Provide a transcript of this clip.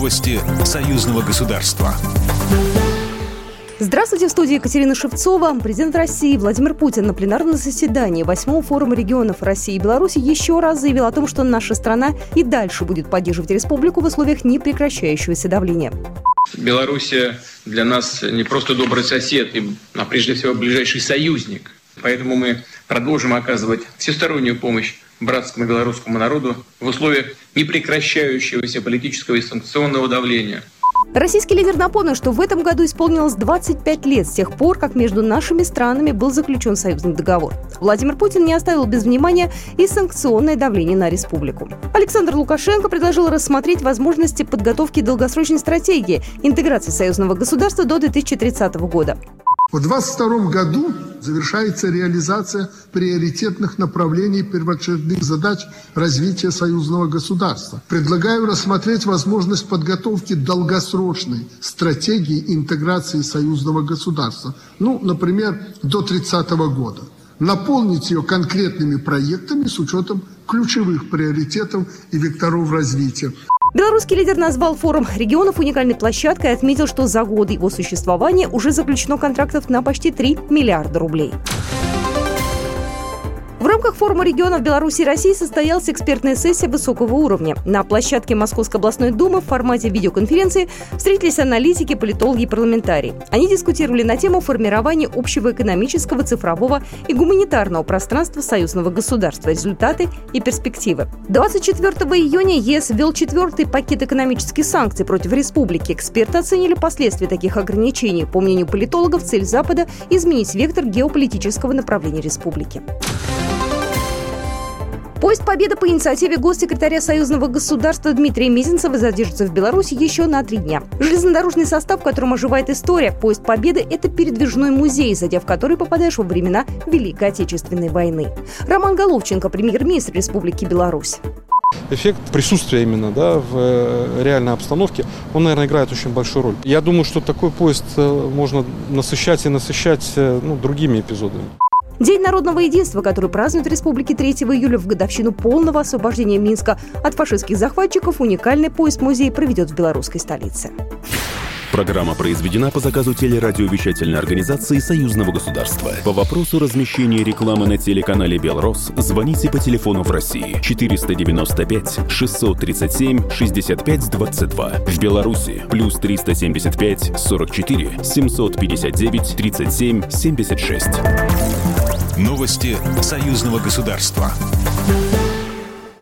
Новости союзного государства. Здравствуйте, в студии Екатерина Шевцова. Президент России Владимир Путин на пленарном заседании 8-го форума регионов России и Беларуси еще раз заявил о том, что наша страна и дальше будет поддерживать республику в условиях непрекращающегося давления. Белоруссия для нас не просто добрый сосед, а прежде всего ближайший союзник. Поэтому мы продолжим оказывать всестороннюю помощь братскому белорусскому народу в условиях непрекращающегося политического и санкционного давления. Российский лидер напомнил, что в этом году исполнилось 25 лет с тех пор, как между нашими странами был заключен союзный договор. Владимир Путин не оставил без внимания и санкционное давление на республику. Александр Лукашенко предложил рассмотреть возможности подготовки долгосрочной стратегии интеграции союзного государства до 2030 года. В 2022 году завершается реализация приоритетных направлений первоочередных задач развития союзного государства. Предлагаю рассмотреть возможность подготовки долгосрочной стратегии интеграции союзного государства. Например, до 30 года. Наполнить ее конкретными проектами с учетом ключевых приоритетов и векторов развития. Белорусский лидер назвал форум регионов уникальной площадкой и отметил, что за годы его существования уже заключено контрактов на почти 3 миллиарда рублей. В рамках форума регионов Беларуси и России состоялась экспертная сессия высокого уровня. На площадке Московской областной думы в формате видеоконференции встретились аналитики, политологи и парламентарии. Они дискутировали на тему формирования общего экономического, цифрового и гуманитарного пространства союзного государства, результаты и перспективы. 24 июня ЕС ввел 4-й пакет экономических санкций против республики. Эксперты оценили последствия таких ограничений. По мнению политологов, цель Запада – изменить вектор геополитического направления республики. Поезд «Победа» по инициативе госсекретаря союзного государства Дмитрия Мизинцева задержится в Беларуси еще на 3 дня. Железнодорожный состав, в котором оживает история. Поезд «Победы» — это передвижной музей, зайдя в который попадаешь во времена Великой Отечественной войны. Роман Головченко, премьер-министр Республики Беларусь. Эффект присутствия именно в реальной обстановке, он, наверное, играет очень большую роль. Я думаю, что такой поезд можно насыщать другими эпизодами. День народного единства, который празднуют в республике 3 июля в годовщину полного освобождения Минска от фашистских захватчиков, уникальный поезд-музей проведет в белорусской столице. Программа произведена по заказу телерадиовещательной организации Союзного государства. По вопросу размещения рекламы на телеканале «Белрос» звоните по телефону в России 495 637 65 22. В Беларуси плюс 375 44 759 37 76. Новости союзного государства.